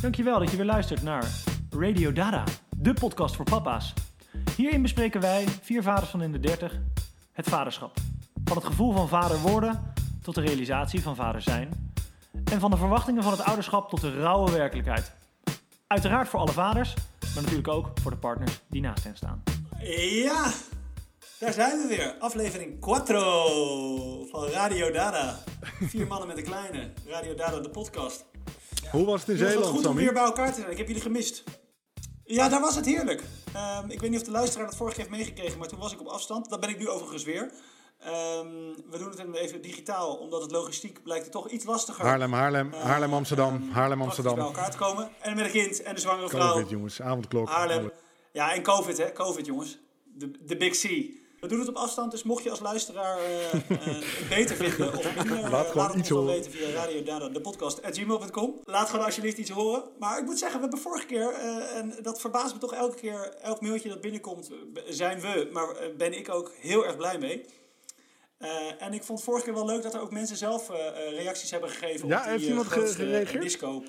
Dankjewel dat je weer luistert naar Radio Dada, de podcast voor papa's. Hierin bespreken wij, 4 vaders van in de 30, het vaderschap. Van het gevoel van vader worden tot de realisatie van vader zijn. En van de verwachtingen van het ouderschap tot de rauwe werkelijkheid. Uiteraard voor alle vaders, maar natuurlijk ook voor de partners die naast hen staan. Ja, daar zijn we weer. Aflevering 4 van Radio Dada. 4 mannen met een kleine. Radio Dada, de podcast. Hoe was het in Jongens, Zeeland, wat goed om Sammy? weer bij elkaar te zijn. Ik heb jullie gemist. Ja, daar was het heerlijk. Ik weet niet of de luisteraar dat vorige keer heeft meegekregen, maar toen was ik op afstand. Dat ben ik nu overigens weer. We doen het even digitaal, omdat het logistiek blijkt toch iets lastiger. Haarlem, Amsterdam. Bij elkaar te komen. En met een kind en de zwangere vrouw. Covid, jongens. Avondklok. Haarlem. Ja, en COVID, hè. COVID, jongens. De Big C. We doen het op afstand, dus mocht je als luisteraar het beter vinden of minder, laat het ons dan weten via Radio Dada, de podcast @gmail.com. Laat gewoon alsjeblieft iets horen. Maar ik moet zeggen, we hebben vorige keer, en dat verbaast me toch elke keer, elk mailtje dat binnenkomt, zijn we, maar ben ik ook heel erg blij mee. En ik vond vorige keer wel leuk dat er ook mensen zelf reacties hebben gegeven Ja, op heeft die iemand grootste gereageerd? miskoop.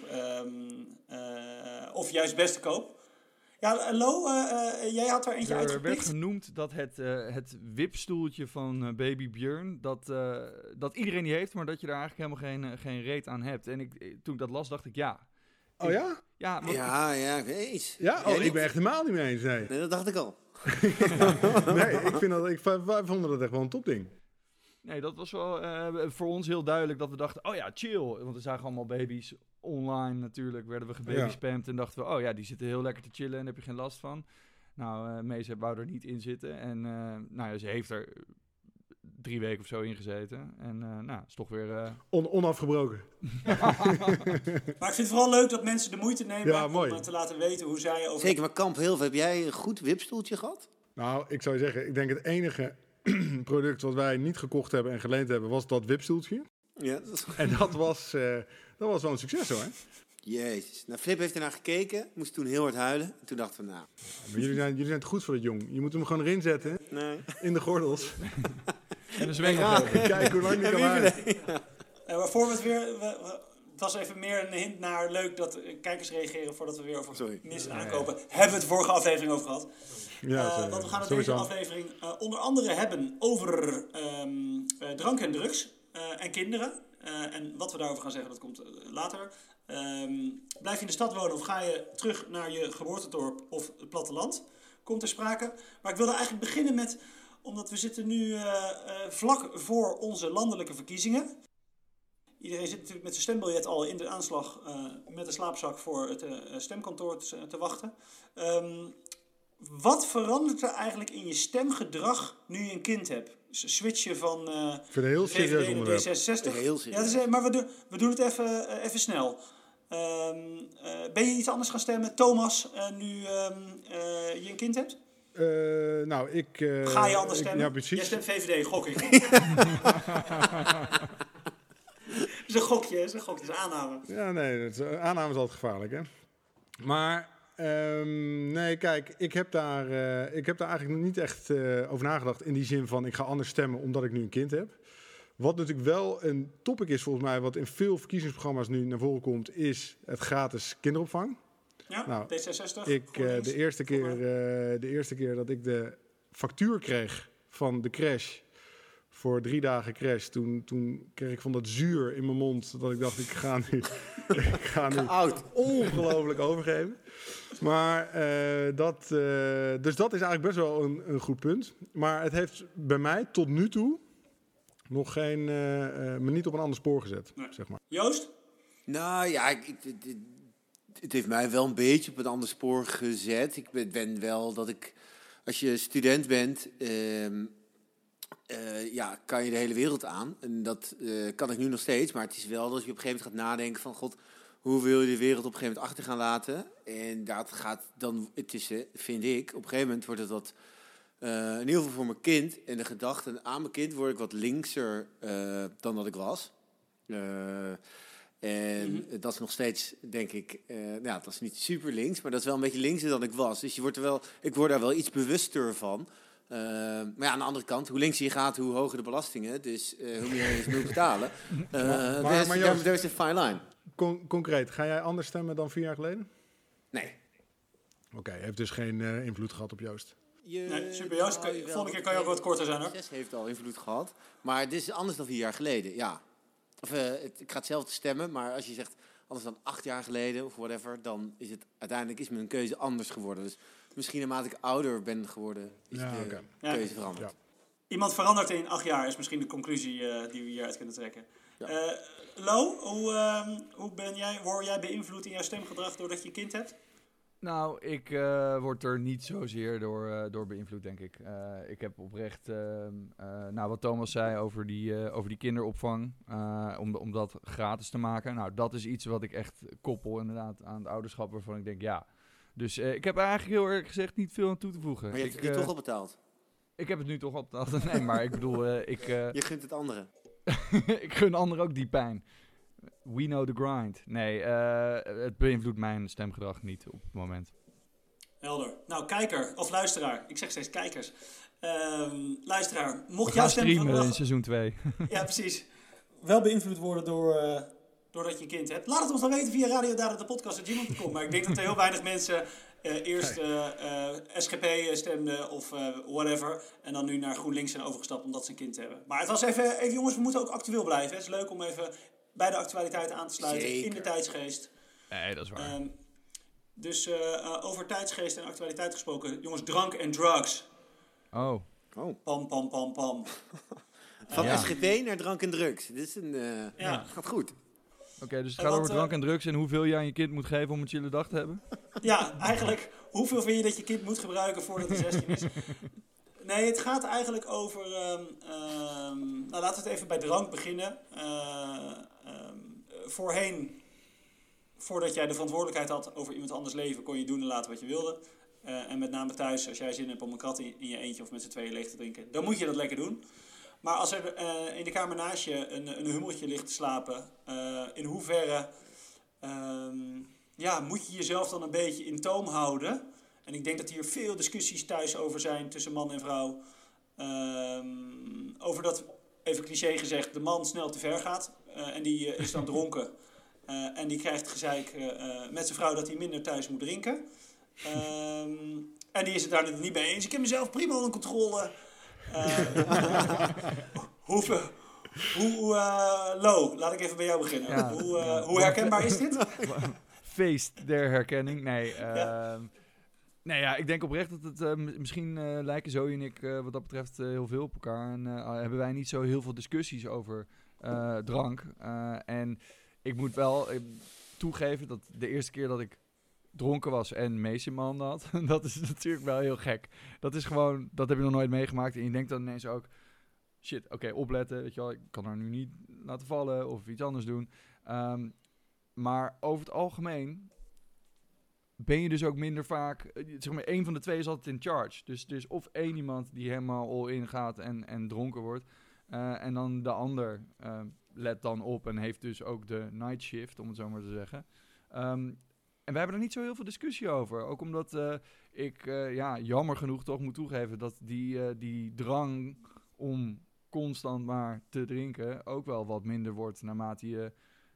Of juist beste koop. Ja, Lo, jij had er eentje Er werd uitgepikt. genoemd dat het wipstoeltje van baby Björn, dat iedereen die heeft, maar dat je daar eigenlijk helemaal geen reet aan hebt. En toen ik dat las, dacht ik ja. Oh ja? Ja, want Ja, ik weet eens. Ja? Oh, ik ben echt helemaal niet mee eens, nee. Nee, dat dacht ik al. Nee, wij vonden dat echt wel een topding. nee, dat was wel voor ons heel duidelijk dat we dachten, oh ja, chill. Want we zagen allemaal baby's online natuurlijk, werden we gebabyspamd en dachten we, oh ja, die zitten heel lekker te chillen en daar heb je geen last van. Nou, Mees wou er niet in zitten en nou ja, ze heeft er 3 weken of zo in gezeten. En nou, is toch weer... Onafgebroken. Maar ik vind het vooral leuk dat mensen de moeite nemen Ja, om mooi. te laten weten hoe zij over... Zeker, maar Kamp Hilve, heb jij een goed wipstoeltje gehad? Nou, ik zou je zeggen, ik denk het enige product wat wij niet gekocht hebben en geleend hebben, was dat wipstoeltje. Ja, dat is... En dat was wel een succes hoor. Jezus. Nou, Flip heeft ernaar gekeken, moest toen heel hard huilen. En toen dachten we, nou, Maar jullie zijn te goed voor dat jong. Je moet hem gewoon erin zetten, nee. in de gordels. En een zwengel geven. Kijk hoe lang die kan houden. maar voor we het weer... Het was even meer een hint naar leuk dat kijkers reageren voordat we weer over missen aankopen. Hebben we het de vorige aflevering over gehad. Ja, Want we gaan het sowieso. deze aflevering onder andere hebben over drank en drugs en kinderen. En wat we daarover gaan zeggen, dat komt later. Blijf je in de stad wonen of ga je terug naar je geboortedorp of het platteland? Komt ter sprake. Maar ik wilde eigenlijk beginnen met, omdat we zitten nu vlak voor onze landelijke verkiezingen. Iedereen zit natuurlijk met zijn stembiljet al in de aanslag met een slaapzak voor het stemkantoor te wachten. Wat verandert er eigenlijk in je stemgedrag nu je een kind hebt? Switchen van Ik vind het een heel serieus VVD naar onderwerp. D66? Heel serieus. Ja, maar we doen het even snel. Ben je iets anders gaan stemmen, Thomas, nu je een kind hebt? Nou, Ga je anders stemmen? Ja, precies. Jij stemt VVD, gok ik. Dat is een gokje, dat is een aanname. Ja, nee, aanname is altijd gevaarlijk, hè. Maar, nee, kijk, ik heb daar eigenlijk nog niet echt over nagedacht in die zin van ik ga anders stemmen omdat ik nu een kind heb. Wat natuurlijk wel een topic is volgens mij, wat in veel verkiezingsprogramma's nu naar voren komt, is het gratis kinderopvang. Ja, Nou, D66. De eerste keer dat ik de factuur kreeg van de crash, voor 3 dagen crash, toen kreeg ik van dat zuur in mijn mond, dat ik dacht, ik ga nu ongelooflijk overgeven. Maar dus dat is eigenlijk best wel een goed punt. Maar het heeft bij mij tot nu toe nog me niet op een ander spoor gezet, zeg maar. Joost? Nou ja, het heeft mij wel een beetje op een ander spoor gezet. Ik ben wel dat ik, als je student bent, kan je de hele wereld aan. En dat kan ik nu nog steeds. Maar het is wel dat je op een gegeven moment gaat nadenken van, god, hoe wil je de wereld op een gegeven moment achter gaan laten? En dat gaat dan, vind ik, op een gegeven moment wordt het wat, in ieder geval voor mijn kind en de gedachten aan mijn kind word ik wat linkser dan dat ik was. Dat is nog steeds, denk ik, dat is niet super links, maar dat is wel een beetje linkser dan ik was. Dus ik word daar wel iets bewuster van. Maar ja, aan de andere kant, hoe linkser je gaat, hoe hoger de belastingen. Dus hoe meer je moet betalen. There is a fine line. concreet, ga jij anders stemmen dan 4 jaar geleden? Nee. Oké, heeft dus geen invloed gehad op Joost. Nee, super Joost. Volgende keer kan je ook wat korter zijn, hoor. Het heeft al invloed gehad. Maar het is anders dan 4 jaar geleden, ja. Of, ik ga hetzelfde stemmen, maar als je zegt anders dan 8 jaar geleden of whatever, dan is het uiteindelijk mijn keuze anders geworden. Dus misschien naarmate ik ouder ben geworden, is de keuze veranderd. Ja. Iemand verandert in 8 jaar is misschien de conclusie die we hieruit kunnen trekken. Ja. Lo, hoe word jij beïnvloed in jouw stemgedrag doordat je een kind hebt? Nou, ik word er niet zozeer door beïnvloed, denk ik. Ik heb oprecht, wat Thomas zei over die kinderopvang, om dat gratis te maken. Nou, dat is iets wat ik echt koppel inderdaad aan het ouderschap, waarvan ik denk, ja. Dus ik heb eigenlijk heel erg gezegd niet veel aan toe te voegen. Maar je hebt het nu toch al betaald? Ik heb het nu toch al betaald. Nee, maar ik bedoel, je gunt het anderen. Ik gun anderen ook die pijn. We know the grind. Nee, het beïnvloedt mijn stemgedrag niet op het moment. Helder. Nou, kijker of luisteraar. Ik zeg steeds kijkers. Luisteraar, mocht We jouw gaan stem streamen vandaag... in seizoen 2. Ja, precies. Wel beïnvloed worden doordat je een kind hebt. Laat het ons dan weten via radiodata.podcast@gmail.com. Maar ik denk dat er heel weinig mensen eerst SGP stemden of whatever. En dan nu naar GroenLinks zijn overgestapt omdat ze een kind hebben. Maar het was even jongens, we moeten ook actueel blijven. Het is leuk om even bij de actualiteit aan te sluiten. Zeker. In de tijdsgeest. Nee, dat is waar. Dus over tijdsgeest en actualiteit gesproken. Jongens, drank en drugs. Oh. Pam, pam, pam, pam. Van SGP naar drank en drugs. Dit is gaat goed. Oké, dus het gaat over drank en drugs en hoeveel je aan je kind moet geven om een chille dag te hebben? Ja, eigenlijk, hoeveel vind je dat je kind moet gebruiken voordat hij 16 is? Nee, het gaat eigenlijk over... laten we het even bij drank beginnen. Voorheen, voordat jij de verantwoordelijkheid had over iemand anders leven, kon je doen en laten wat je wilde. En met name thuis, als jij zin hebt om een krat in je eentje of met z'n tweeën leeg te drinken, dan moet je dat lekker doen. Maar als er in de kamer naast je een hummeltje ligt te slapen, in hoeverre moet je jezelf dan een beetje in toom houden? En ik denk dat hier veel discussies thuis over zijn tussen man en vrouw. Over dat, even cliché gezegd, de man snel te ver gaat. En die is dan dronken. En die krijgt gezeik met zijn vrouw dat hij minder thuis moet drinken. En die is het daar niet mee eens. Ik heb mezelf prima onder controle. Lo, laat ik even bij jou beginnen. Ja, hoe herkenbaar is dit? Feest der herkenning. Nee, ik denk oprecht dat het misschien lijken Zoe en ik wat dat betreft heel veel op elkaar. En hebben wij niet zo heel veel discussies over drank. En ik moet wel toegeven dat de eerste keer dat ik dronken was en Mees in mijn handen had, dat is natuurlijk wel heel gek. Dat is gewoon, dat heb je nog nooit meegemaakt. En je denkt dan ineens ook, shit, oké, opletten. Weet je wel, ik kan haar nu niet laten vallen of iets anders doen. Maar over het algemeen ben je dus ook minder vaak, zeg maar, één van de twee is altijd in charge. Dus er is of één iemand die helemaal all-in gaat en dronken wordt. En dan de ander let dan op en heeft dus ook de night shift, om het zo maar te zeggen. En we hebben er niet zo heel veel discussie over. Ook omdat ik jammer genoeg toch moet toegeven dat die drang om constant maar te drinken ook wel wat minder wordt naarmate je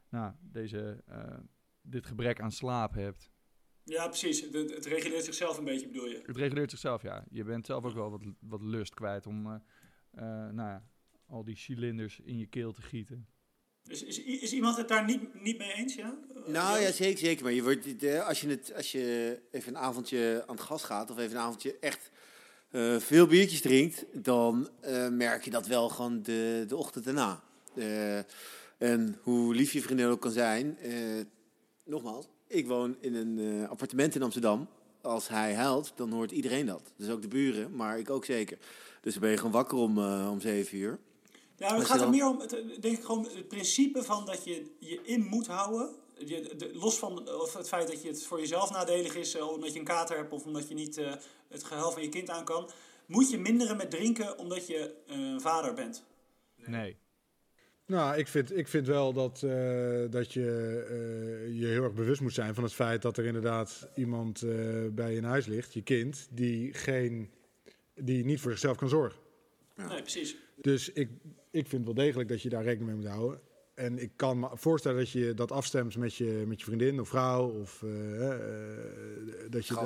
dit gebrek aan slaap hebt. Ja, precies. Het reguleert zichzelf een beetje, bedoel je? Het reguleert zichzelf, ja. Je bent zelf ook wel wat lust kwijt om al die cilinders in je keel te gieten. Is iemand het daar niet mee eens, ja? Nou ja, zeker. Maar je wordt, als je even een avondje aan het gas gaat of even een avondje echt veel biertjes drinkt, dan merk je dat wel gewoon de ochtend daarna. En hoe lief je vriendin ook kan zijn, nogmaals, ik woon in een appartement in Amsterdam. Als hij huilt, dan hoort iedereen dat. Dus ook de buren, maar ik ook zeker. Dus dan ben je gewoon wakker om 7 uur. Ja, het gaat er meer om, denk ik, gewoon het principe van dat je je in moet houden. Los van het feit dat je het voor jezelf nadelig is, omdat je een kater hebt of omdat je niet het geheel van je kind aan kan. Moet je minderen met drinken omdat je vader bent? Nee. Nou, ik vind wel dat je je heel erg bewust moet zijn van het feit dat er inderdaad iemand bij je in huis ligt, je kind, die niet voor zichzelf kan zorgen. Ja. Nee, precies. Dus ik vind wel degelijk dat je daar rekening mee moet houden. En ik kan me voorstellen dat je dat afstemt met je vriendin of vrouw. Of dat je...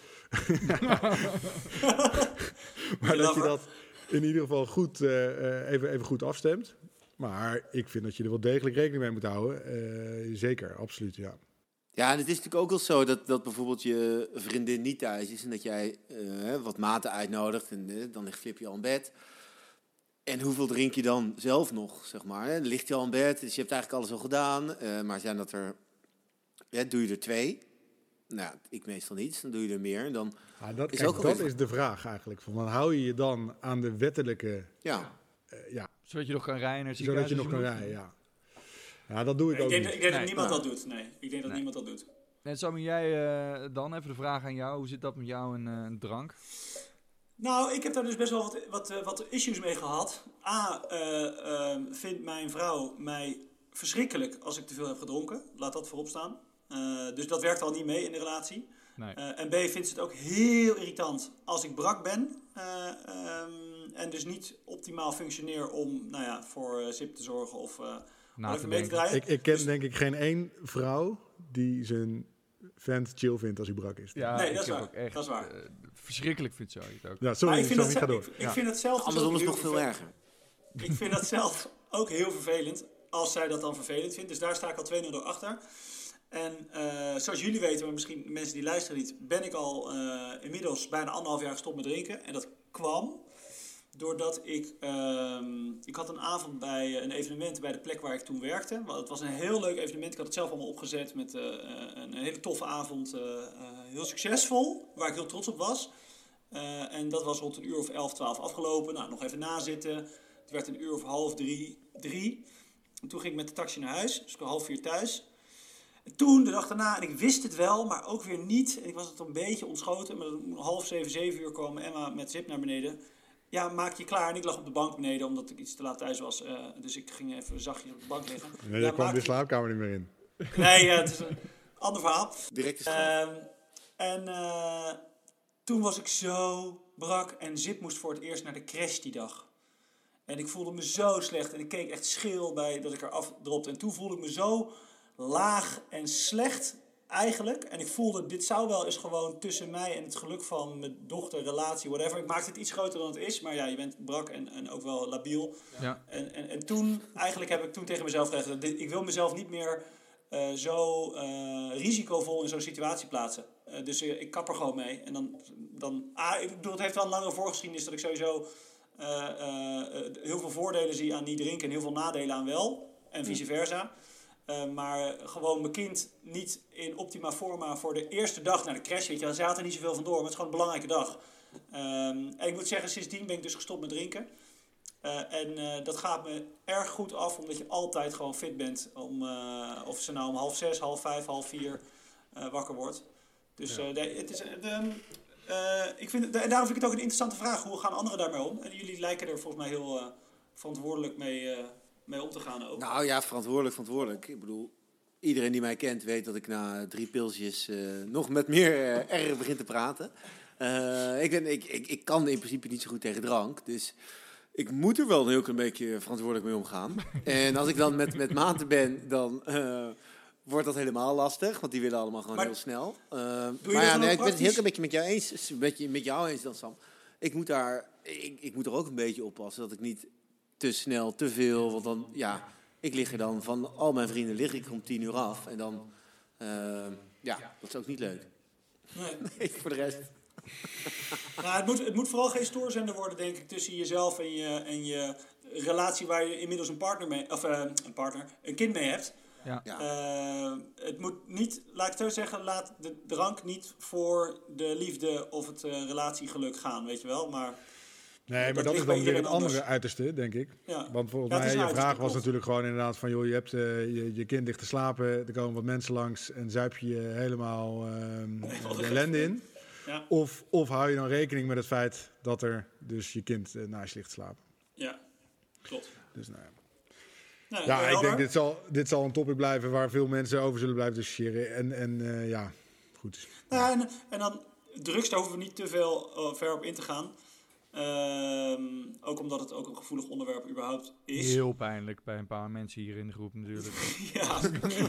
Maar dat je dat in ieder geval goed, even goed afstemt. Maar ik vind dat je er wel degelijk rekening mee moet houden. Zeker, absoluut, ja. Ja, en het is natuurlijk ook wel zo dat bijvoorbeeld je vriendin niet thuis is... en dat jij wat maten uitnodigt en dan ligt Flipje al in bed... En hoeveel drink je dan zelf nog, zeg maar? Dan ligt je al in bed, dus je hebt eigenlijk alles al gedaan. Maar zijn dat er... doe je er 2? Nou, ik meestal niet. Dan doe je er meer. En dan dat is de vraag eigenlijk. Van, hou je je dan aan de wettelijke... Ja. Zodat je nog kan rijden. Zodat je nog kan rijden, ja. Ja, dat doe ik ook niet. Ik denk dat niemand dat doet. Nee, ik denk dat niemand dat doet. En Sammy, jij dan even de vraag aan jou. Hoe zit dat met jou en drank? Nou, ik heb daar dus best wel wat issues mee gehad. Vindt mijn vrouw mij verschrikkelijk als ik te veel heb gedronken. Laat dat voorop staan. Dus dat werkt al niet mee in de relatie. Nee. En B, vindt ze het ook heel irritant als ik brak ben. En dus niet optimaal functioneer om voor Zip te zorgen of even mee te draaien. Ik ken denk ik geen één vrouw die zijn vent chill vindt als hij brak is. Ja, nee, dat is waar. Echt, dat is waar. Verschrikkelijk vindt zo het ook. Ja, sorry, ik ga door. Ik vind het zelf andersom is het nog veel erger. Ik vind dat zelf ook heel vervelend, als zij dat dan vervelend vindt. Dus daar sta ik al 2-0 door achter. En zoals jullie weten, maar misschien mensen die luisteren niet, ben ik al inmiddels bijna 1,5 jaar gestopt met drinken. En dat kwam doordat ik had een avond bij een evenement bij de plek waar ik toen werkte. Het was een heel leuk evenement. Ik had het zelf allemaal opgezet met een hele toffe avond. Heel succesvol, waar ik heel trots op was. En dat was rond 1:00 of 11:12 afgelopen. Nou, nog even nazitten. Het werd 1:00 of 2:30. En toen ging ik met de taxi naar huis. Dus ik was 3:30 thuis. En toen, de dag daarna, en ik wist het wel, maar ook weer niet. En ik was het een beetje ontschoten. Maar om 6:30, 7:00 kwam Emma met Zip naar beneden. Ja, maak je klaar. En ik lag op de bank beneden, omdat ik iets te laat thuis was. Dus ik ging even zachtjes op de bank liggen. Nee, je kwam de slaapkamer niet meer in. Nee, het is een ander verhaal. Direct is toen was ik zo brak en Zip moest voor het eerst naar de crash die dag. En ik voelde me zo slecht en ik keek echt scheel bij dat ik er afdropte. En toen voelde ik me zo laag en slecht eigenlijk. En ik voelde, dit zou wel eens gewoon tussen mij en het geluk van mijn dochter, relatie, whatever. Ik maakte het iets groter dan het is, maar ja, je bent brak en ook wel labiel. Ja. En toen, eigenlijk heb ik toen tegen mezelf gezegd, ik wil mezelf niet meer zo risicovol in zo'n situatie plaatsen. Dus ik kap er gewoon mee. En ik bedoel, het heeft wel een langere voorgeschiedenis dat ik sowieso heel veel voordelen zie aan niet drinken en heel veel nadelen aan wel. En vice versa. Maar gewoon mijn kind niet in optima forma voor de eerste dag naar de crash. Weet je, zij had er niet zoveel van door, maar het is gewoon een belangrijke dag. En ik moet zeggen, sindsdien ben ik dus gestopt met drinken. Dat gaat me erg goed af, omdat je altijd gewoon fit bent. Of ze nou om 5:30, 4:30 wakker wordt. Dus het is... daarom vind ik het ook een interessante vraag. Hoe gaan anderen daarmee om? En jullie lijken er volgens mij heel verantwoordelijk mee om te gaan ook. Nou ja, verantwoordelijk. Ik bedoel, iedereen die mij kent weet dat ik na 3 pilsjes nog met meer erg begin te praten. Ik kan in principe niet zo goed tegen drank. Dus ik moet er wel een heel klein beetje verantwoordelijk mee omgaan. En als ik dan met maten ben, dan... wordt dat helemaal lastig, want die willen allemaal gewoon heel snel. Maar ja, ik ben het heel een beetje met jou eens dan, Sam. Ik moet er ook een beetje oppassen dat ik niet te snel, te veel, want dan, ja, ik lig er dan van al mijn vrienden lig ik om 10:00 af. En dan, dat is ook niet leuk. Nee, voor de rest. Nou, het moet vooral geen stoorzender worden, denk ik, tussen jezelf en je relatie waar je inmiddels een kind mee hebt. Ja. Het moet niet, laat ik het zo zeggen, laat de drank niet voor de liefde of het relatiegeluk gaan, weet je wel. Maar nee, maar dat is dan weer het andere uiterste, denk ik. Ja. Want volgens mij, je vraag was natuurlijk gewoon inderdaad van, joh, je hebt je kind ligt te slapen, er komen wat mensen langs en zuip je helemaal de ellende in. Ja. Of hou je dan rekening met het feit dat er dus je kind naast je ligt te slapen. Ja, klopt. Dus nou ja. Ja, ik denk dit zal een topic blijven waar veel mensen over zullen blijven discussiëren. En goed. Ja, en dan drugs, daar hoeven we niet te veel ver op in te gaan. Ook omdat het ook een gevoelig onderwerp überhaupt is. Heel pijnlijk bij een paar mensen hier in de groep natuurlijk. Ja.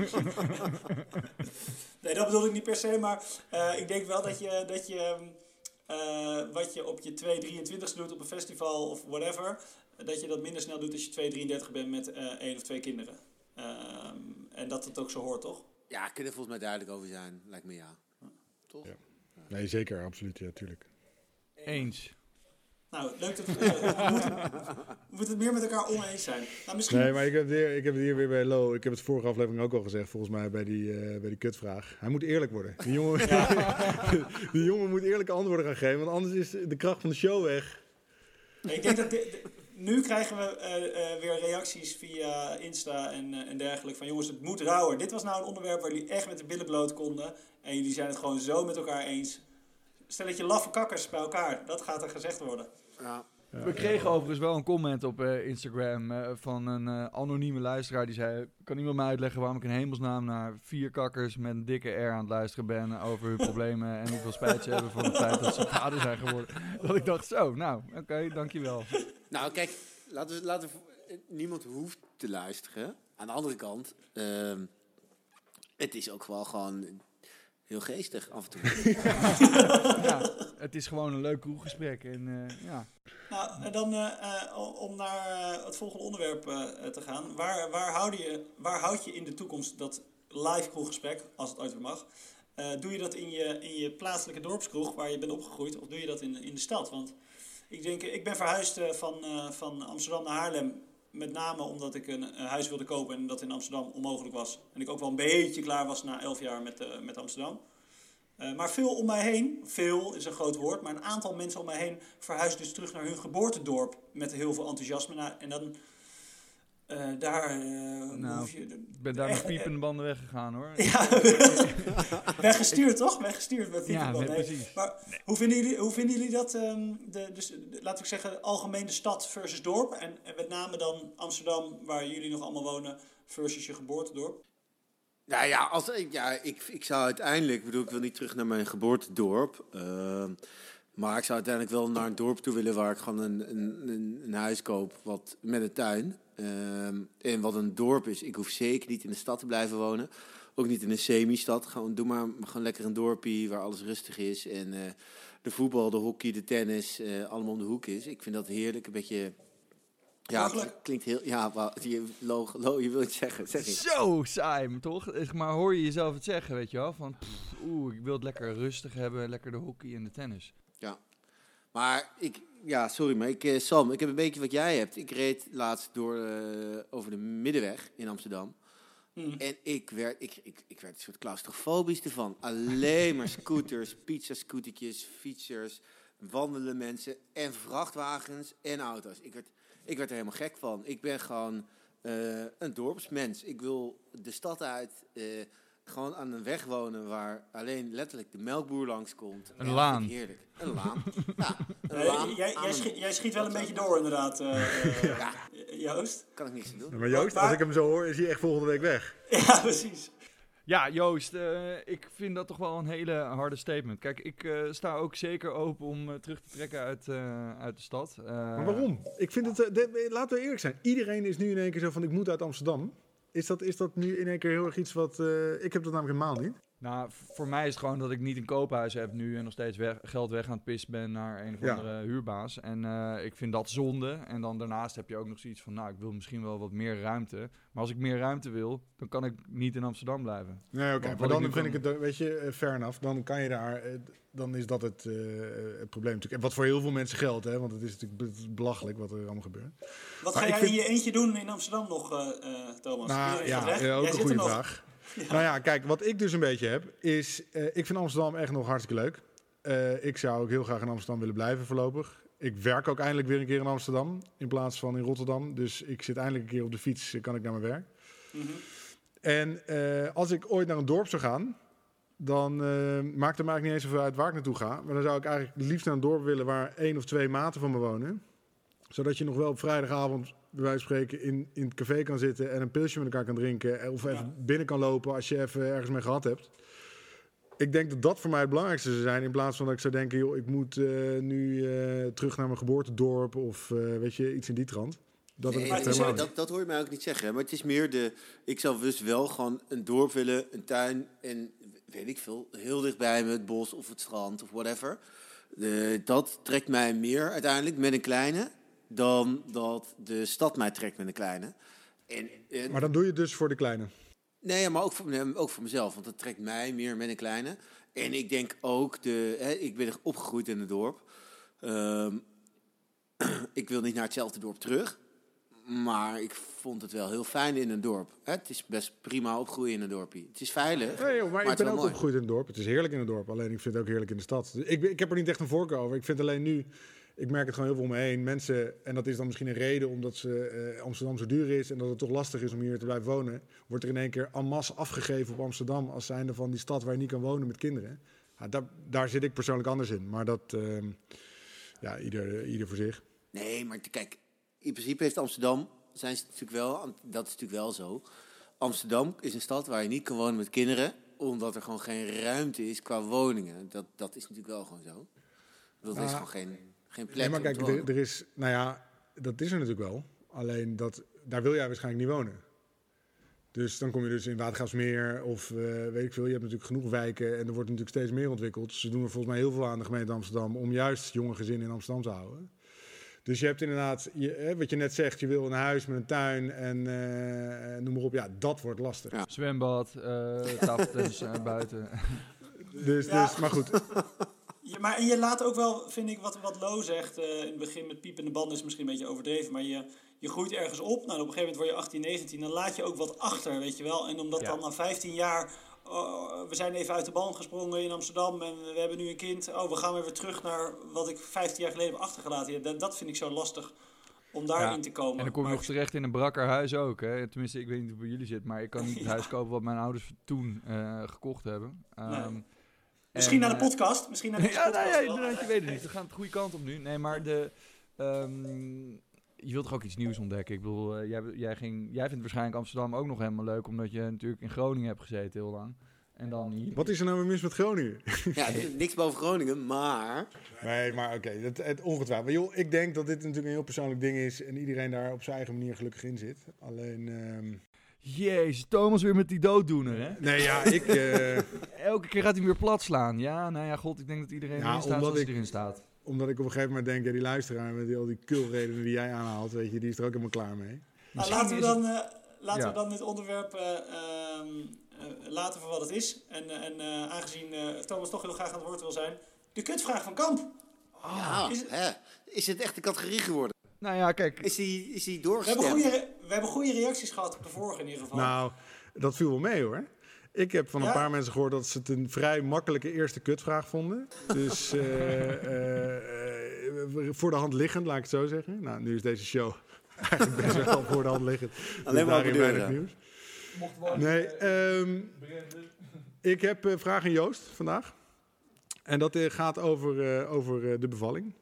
Nee, dat bedoel ik niet per se, maar ik denk wel dat je wat je op je 223ste doet op een festival of whatever, dat je dat minder snel doet als je 233 bent met 1 of 2 kinderen. En dat het ook zo hoort, toch? Ja, kunnen er volgens mij duidelijk over zijn. Lijkt me ja. Toch? Ja. Nee, zeker, absoluut, ja, tuurlijk. Eens. Nou, leuk dat we moeten het meer met elkaar oneens zijn. Nou, misschien... Nee, maar ik heb het hier weer bij Lo. Ik heb het vorige aflevering ook al gezegd, volgens mij, bij die kutvraag. Hij moet eerlijk worden. Die jongen, die jongen moet eerlijke antwoorden gaan geven, want anders is de kracht van de show weg. Ik denk dat nu krijgen we weer reacties via Insta en dergelijke van jongens, het moet rauwer. Dit was nou een onderwerp waar jullie echt met de billen bloot konden en jullie zijn het gewoon zo met elkaar eens. Stel dat je laffe kakkers bij elkaar, dat gaat er gezegd worden. Ja. We kregen overigens wel een comment op Instagram van een anonieme luisteraar. Die zei, kan iemand mij uitleggen waarom ik in hemelsnaam naar 4 kakkers met een dikke R aan het luisteren ben over hun problemen en hoeveel spijt ze hebben van het feit dat ze vader zijn geworden. Dat ik dacht, zo, nou, oké, dankjewel. Nou, kijk, laten we niemand hoeft te luisteren. Aan de andere kant, het is ook wel gewoon heel geestig af en toe. Ja, het is gewoon een leuk kroeggesprek. En, ja. Nou, en dan om naar het volgende onderwerp te gaan. Waar houd je in de toekomst dat live kroeggesprek, als het ooit weer mag? Doe je dat in je plaatselijke dorpskroeg waar je bent opgegroeid? Of doe je dat in de stad? Want ik ben verhuisd van Amsterdam naar Haarlem. Met name omdat ik een huis wilde kopen en dat in Amsterdam onmogelijk was. En ik ook wel een beetje klaar was na 11 jaar met Amsterdam. Maar veel om mij heen, veel is een groot woord, maar een aantal mensen om mij heen verhuisden dus terug naar hun geboortedorp met heel veel enthousiasme. En dan hoef je... Ik ben daar met piepende banden weggegaan hoor. Ja, weggestuurd toch? Weggestuurd met piepende banden. Ja, precies. Maar hoe vinden jullie dat, laten we zeggen, algemeen de stad versus dorp? En met name dan Amsterdam, waar jullie nog allemaal wonen, versus je geboortedorp? Nou ja, ik zou uiteindelijk, ik wil niet terug naar mijn geboortedorp. Maar ik zou uiteindelijk wel naar een dorp toe willen waar ik gewoon een huis koop met een tuin. En wat een dorp is. Ik hoef zeker niet in de stad te blijven wonen. Ook niet in een semi-stad. Doe maar gewoon lekker een dorpje waar alles rustig is. En de voetbal, de hockey, de tennis, allemaal om de hoek is. Ik vind dat heerlijk. Een beetje... Ja, het klinkt heel... Ja, je wil het zeggen. Zeg eens. Zo saai, toch? Maar hoor je jezelf het zeggen, weet je wel? Van, ik wil het lekker rustig hebben. Lekker de hockey en de tennis. Ja. Maar sorry, maar Sam, ik heb een beetje wat jij hebt. Ik reed laatst over de Middenweg in Amsterdam. En ik werd een soort claustrofobisch ervan. Alleen maar scooters, pizza-scootertjes, fietsers, wandelen mensen en vrachtwagens en auto's. Ik werd er helemaal gek van. Ik ben gewoon een dorpsmens. Ik wil de stad uit, gewoon aan een weg wonen waar alleen letterlijk de melkboer langskomt. Een laan. Heerlijk. Een laan. Ja, Jij schiet wel een beetje door inderdaad, Joost. Kan ik niks aan doen. Ja, maar Joost, als ik hem zo hoor, is hij echt volgende week weg. Ja, precies. Ja, Joost, ik vind dat toch wel een hele harde statement. Kijk, ik sta ook zeker open om terug te trekken uit de stad. Maar waarom? Ik vind het, laten we eerlijk zijn. Iedereen is nu in één keer zo van, ik moet uit Amsterdam. Is dat nu in één keer heel erg iets wat... ik heb dat namelijk helemaal niet. Nou, voor mij is het gewoon dat ik niet een koophuis heb nu en nog steeds geld weg aan het pissen ben naar een of andere huurbaas. En ik vind dat zonde. En dan daarnaast heb je ook nog zoiets van, ik wil misschien wel wat meer ruimte. Maar als ik meer ruimte wil, dan kan ik niet in Amsterdam blijven. Nee, oké. Maar dan vind ik het, weet je, fair enough. Dan kan je daar, dan is dat het probleem natuurlijk. En wat voor heel veel mensen geldt, hè, want het is natuurlijk belachelijk wat er allemaal gebeurt. Wat ga jij in je eentje doen in Amsterdam nog, Thomas? Nou, ook een goede vraag. Ja. Nou ja, kijk, wat ik dus een beetje heb, is... ik vind Amsterdam echt nog hartstikke leuk. Ik zou ook heel graag in Amsterdam willen blijven voorlopig. Ik werk ook eindelijk weer een keer in Amsterdam, in plaats van in Rotterdam. Dus ik zit eindelijk een keer op de fiets, kan ik naar mijn werk. Mm-hmm. En als ik ooit naar een dorp zou gaan, dan maakt het me eigenlijk niet eens zoveel uit waar ik naartoe ga. Maar dan zou ik eigenlijk liefst naar een dorp willen waar 1 of 2 maten van me wonen. Zodat je nog wel op vrijdagavond, bij wijze van spreken, in het café kan zitten en een pilsje met elkaar kan drinken. Of even binnen kan lopen als je even ergens mee gehad hebt. Ik denk dat dat voor mij het belangrijkste zou zijn. In plaats van dat ik zou denken, joh, ik moet nu terug naar mijn geboortedorp. Of weet je, iets in die trant. Dat hoor je mij ook niet zeggen. Maar het is meer ik zou dus wel gewoon een dorp willen, een tuin en weet ik veel, heel dichtbij me, het bos of het strand of whatever. Dat trekt mij meer uiteindelijk met een kleine dan dat de stad mij trekt met een kleine. Maar dan doe je het dus voor de kleine? Nee, maar ook voor mezelf, want dat trekt mij meer met een kleine. En ik denk ook, ik ben opgegroeid in het dorp. Ik wil niet naar hetzelfde dorp terug. Maar ik vond het wel heel fijn in een dorp. Het is best prima opgroeien in een dorpje. Het is veilig. Nee, joh, maar ik ben ook mooi. opgegroeid in het dorp. Het is heerlijk in het dorp. Alleen ik vind het ook heerlijk in de stad. Dus ik heb er niet echt een voorkeur over. Ik vind alleen nu... Ik merk het gewoon heel veel om me heen. Mensen, en dat is dan misschien een reden omdat Amsterdam zo duur is... en dat het toch lastig is om hier te blijven wonen... wordt er in één keer en masse afgegeven op Amsterdam... als zijnde van die stad waar je niet kan wonen met kinderen. Ja, daar zit ik persoonlijk anders in. Maar dat... ieder voor zich. Nee, maar kijk... In principe heeft Amsterdam... dat is natuurlijk wel zo. Amsterdam is een stad waar je niet kan wonen met kinderen... omdat er gewoon geen ruimte is qua woningen. Dat is natuurlijk wel gewoon zo. Dat is gewoon geen plek. Nee, maar kijk, er is... Nou ja, dat is er natuurlijk wel. Alleen daar wil jij waarschijnlijk niet wonen. Dus dan kom je dus in Watergraafsmeer of weet ik veel. Je hebt natuurlijk genoeg wijken en er wordt natuurlijk steeds meer ontwikkeld. Dus ze doen er volgens mij heel veel aan de gemeente Amsterdam... om juist jonge gezinnen in Amsterdam te houden. Dus je hebt inderdaad, wat je net zegt, je wil een huis met een tuin en noem maar op. Ja, dat wordt lastig. Ja. Zwembad, tafeltennis buiten. Dus, maar goed. Maar en je laat ook wel, vind ik, wat Lo zegt, in het begin met piepende banden is misschien een beetje overdreven, maar je groeit ergens op. Nou, op een gegeven moment word je 18, 19, dan laat je ook wat achter, weet je wel. En omdat dan na 15 jaar, we zijn even uit de band gesprongen in Amsterdam en we hebben nu een kind. We gaan weer terug naar wat ik 15 jaar geleden heb achtergelaten. Ja, dat vind ik zo lastig om daarin te komen. En dan kom je nog terecht in een brakker huis ook. Hè? Tenminste, ik weet niet hoe het bij jullie zit, maar ik kan niet het huis kopen wat mijn ouders toen gekocht hebben. Nee. Misschien naar de podcast. Misschien naar de podcast. Je weet het niet. We gaan de goede kant op nu. Nee, maar je wilt toch ook iets nieuws ontdekken? Ik bedoel, jij vindt waarschijnlijk Amsterdam ook nog helemaal leuk, omdat je natuurlijk in Groningen hebt gezeten heel lang. En dan hier. Wat is er nou weer mis met Groningen? Ja, niks boven Groningen, maar... Nee, maar oké, het ongetwijfeld. Maar joh, ik denk dat dit natuurlijk een heel persoonlijk ding is en iedereen daar op zijn eigen manier gelukkig in zit. Alleen... Jezus, Thomas weer met die dooddoener, hè? Nee, ja, Elke keer gaat hij weer plat slaan. Ja, nou ja, god, ik denk dat iedereen erin staat zoals hij erin staat. Omdat ik op een gegeven moment denk, die luisteraar met al die kulredenen die jij aanhaalt, weet je, die is er ook helemaal klaar mee. Nou, laten we dan dit onderwerp laten voor wat het is. En aangezien Thomas toch heel graag aan het woord wil zijn, de kutvraag van Kamp. Is het echt een categorie geworden? Nou ja, kijk. Is die doorgestemd? We hebben goede reacties gehad op de vorige in ieder geval. Nou, dat viel wel mee hoor. Ik heb van een paar mensen gehoord dat ze het een vrij makkelijke eerste kutvraag vonden. Dus voor de hand liggend, laat ik het zo zeggen. Nou, nu is deze show eigenlijk best wel voor de hand liggend. Alleen maar daarin weinig nieuws. Nee, ik heb vraag aan Joost vandaag. En dat gaat over de bevalling.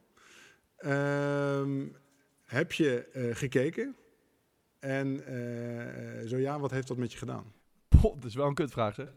Heb je gekeken? En zo ja, wat heeft dat met je gedaan? Dat is wel een kutvraag, zeg.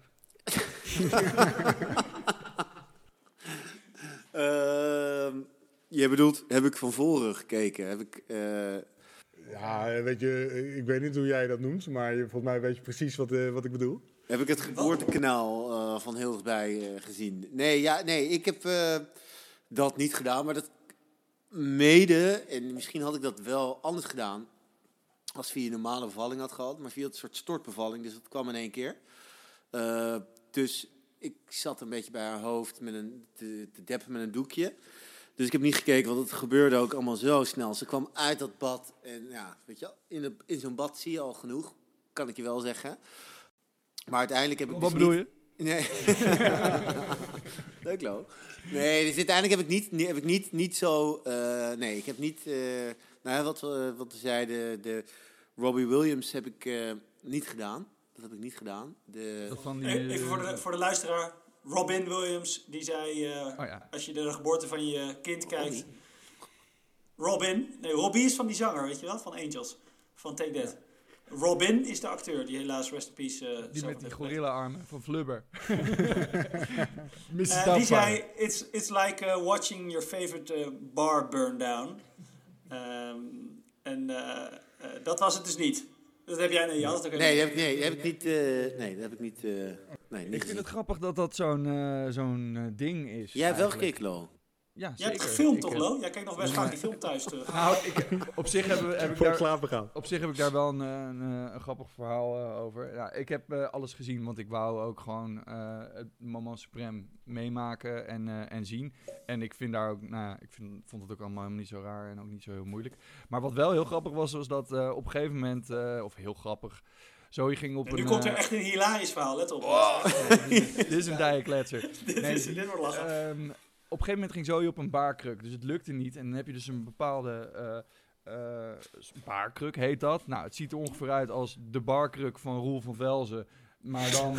Je bedoelt, heb ik van voren gekeken? Ja, weet je, ik weet niet hoe jij dat noemt, maar volgens mij weet je precies wat ik bedoel. Heb ik het geboortekanaal van heel dichtbij gezien? Nee, ik heb dat niet gedaan, maar dat mede, en misschien had ik dat wel anders gedaan, als via een normale bevalling had gehad, maar via een soort stortbevalling, dus dat kwam in één keer. Dus ik zat een beetje bij haar hoofd te deppen met een doekje. Dus ik heb niet gekeken, want het gebeurde ook allemaal zo snel. Ze kwam uit dat bad en ja, weet je wel, in zo'n bad zie je al genoeg, kan ik je wel zeggen. Maar uiteindelijk heb ik Wat bedoel je? Nee. Leuk, Lo. Nee, dus uiteindelijk heb ik niet zo... nee, ik heb niet... wat we zeiden, de Robbie Williams heb ik niet gedaan. Dat heb ik niet gedaan. Even voor de luisteraar. Robin Williams, die zei... Als je de geboorte van je kind kijkt... Robbie is van die zanger, weet je wel? Van Angels. Van Take That. Robin is de acteur die helaas rest in peace... Die zelf met die heeft gorilla-armen van Flubber. die zei, it's like watching your favorite bar burn down. Dat was het dus niet. Dat heb jij... Nee, dat heb ik niet... Ik vind het grappig dat zo'n ding is. Jij hebt wel gekeken, Lo. Ja, jij hebt gefilmd toch, Lo? Jij kijkt nog best vaak die film thuis terug. Nou, op zich heb ik daar wel een grappig verhaal over. Ja, ik heb alles gezien, want ik wou ook gewoon het Moment Supreme meemaken en zien. En ik vind daar ook, vond het ook allemaal helemaal niet zo raar en ook niet zo heel moeilijk. Maar wat wel heel grappig was dat op een gegeven moment, of heel grappig... Zoe ging op nu komt er echt een hilarisch verhaal, let op. Dit is een dijenkletser. Dit wordt lachen. Op een gegeven moment ging Zoe op een baarkruk, dus het lukte niet. En dan heb je dus een bepaalde baarkruk, heet dat. Nou, het ziet er ongeveer uit als de baarkruk van Roel van Velzen. Maar dan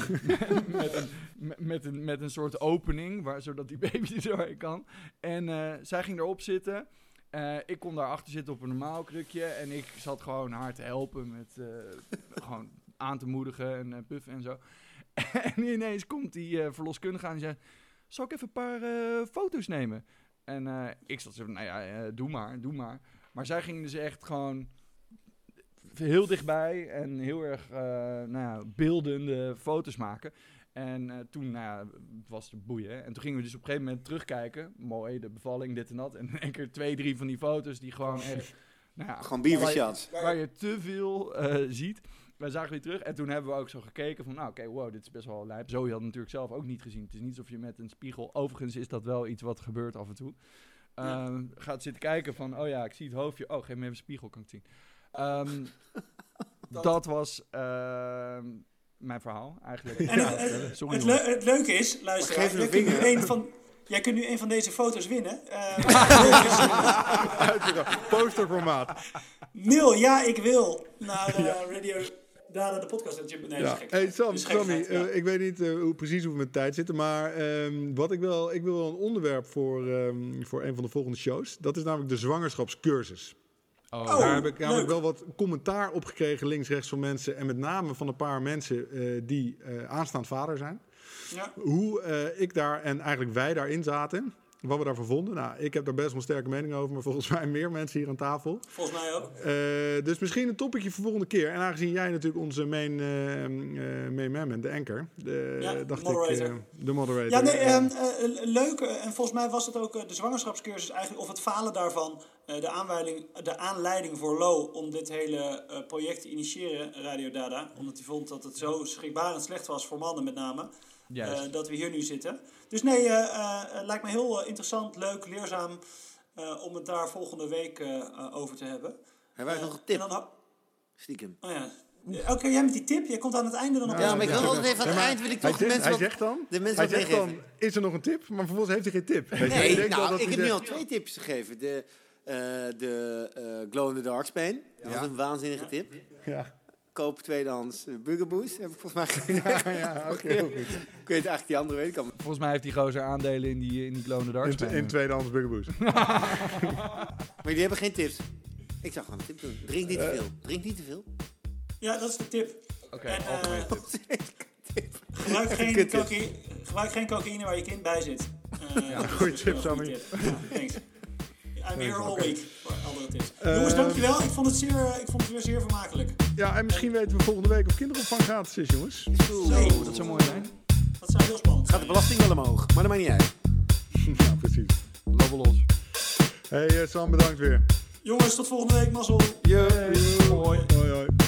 met een soort opening, zodat die baby er doorheen kan. En zij ging erop zitten. Ik kon daarachter zitten op een normaal krukje. En ik zat gewoon haar te helpen met gewoon aan te moedigen en puffen en zo. En ineens komt die verloskundige aan en zegt... Zal ik even een paar foto's nemen? En ik zat zo van, doe maar. Maar zij ging dus echt gewoon heel dichtbij en heel erg beeldende foto's maken. En toen was het boeien. En toen gingen we dus op een gegeven moment terugkijken. Mooi, de bevalling, dit en dat. En in één keer 2-3 van die foto's die gewoon echt... gewoon beavershots. Waar je te veel ziet. Wij zagen die terug en toen hebben we ook zo gekeken van... wow, dit is best wel lijp. Zoe had natuurlijk zelf ook niet gezien. Het is niet alsof je met een spiegel... Overigens is dat wel iets wat gebeurt af en toe. Gaat zitten kijken van... ik zie het hoofdje. Geef me even een spiegel, kan ik het zien. Dat was mijn verhaal eigenlijk. En Sorry, het leuke is, luister, jij kunt nu een van deze foto's winnen. Posterformaat. Mail, ik wil naar Radio Dada, de podcast. Nee, dat is gek. Hey, Sammy, ik weet niet precies hoe we met tijd zitten, maar ik wil wel een onderwerp voor een van de volgende shows. Dat is namelijk de zwangerschapscursus. Daar heb ik namelijk wel wat commentaar op gekregen, links-rechts van mensen. En met name van een paar mensen die aanstaand vader zijn. Ja. Hoe ik daar en eigenlijk wij daarin zaten. Wat we daarvan vonden. Nou, ik heb daar best wel een sterke mening over. Maar volgens mij meer mensen hier aan tafel. Volgens mij ook. Dus misschien een topicje voor volgende keer. En aangezien jij natuurlijk onze main man, de anchor. De moderator. Ja, leuk. En volgens mij was het ook de zwangerschapscursus eigenlijk. Of het falen daarvan. De aanleiding voor Lo om dit hele project te initiëren, Radio Dada. Omdat hij vond dat het zo schrikbarend slecht was voor mannen met name. Dat we hier nu zitten. Dus lijkt me heel interessant, leuk, leerzaam om het daar volgende week over te hebben. Hij was nog een tip. Stiekem. Oh ja. Oké, jij met die tip. Jij komt aan het einde dan nog. Ja, maar ik wil altijd even aan het eind wil ik toch mensen Hij zegt dan, is er nog een tip? Maar vervolgens heeft hij geen tip. Ik heb nu al 2 tips gegeven. De Glow in the Dark Spain. Dat was een waanzinnige tip. Ja. Koop tweedehands Bugaboo's, heb ik volgens mij gezegd. Oké, heel goed. Ik weet eigenlijk die andere weet ik al. Volgens mij heeft die gozer aandelen in die Glow in the Dark Spain. In tweedehands Bugaboo's. Maar die hebben geen tips. Ik zou gewoon een tip doen. Drink niet te veel. Ja, dat is de tip. Oké, tip. Gebruik geen cocaïne waar je kind bij zit. Goeie tip, Sammy. Thanks. I'm here all week voor andere tips. Jongens, dankjewel. Ik vond het weer zeer vermakelijk. Ja, en misschien weten we volgende week of kinderopvang gratis is, jongens. Nee. Dat zou mooi zijn. Dat zou heel spannend zijn. Gaat de belasting wel omhoog, maar dat maakt niet uit. Ja, precies. Lopen los. Hey Sam, bedankt weer. Jongens, tot volgende week. Mazzel. Hoi.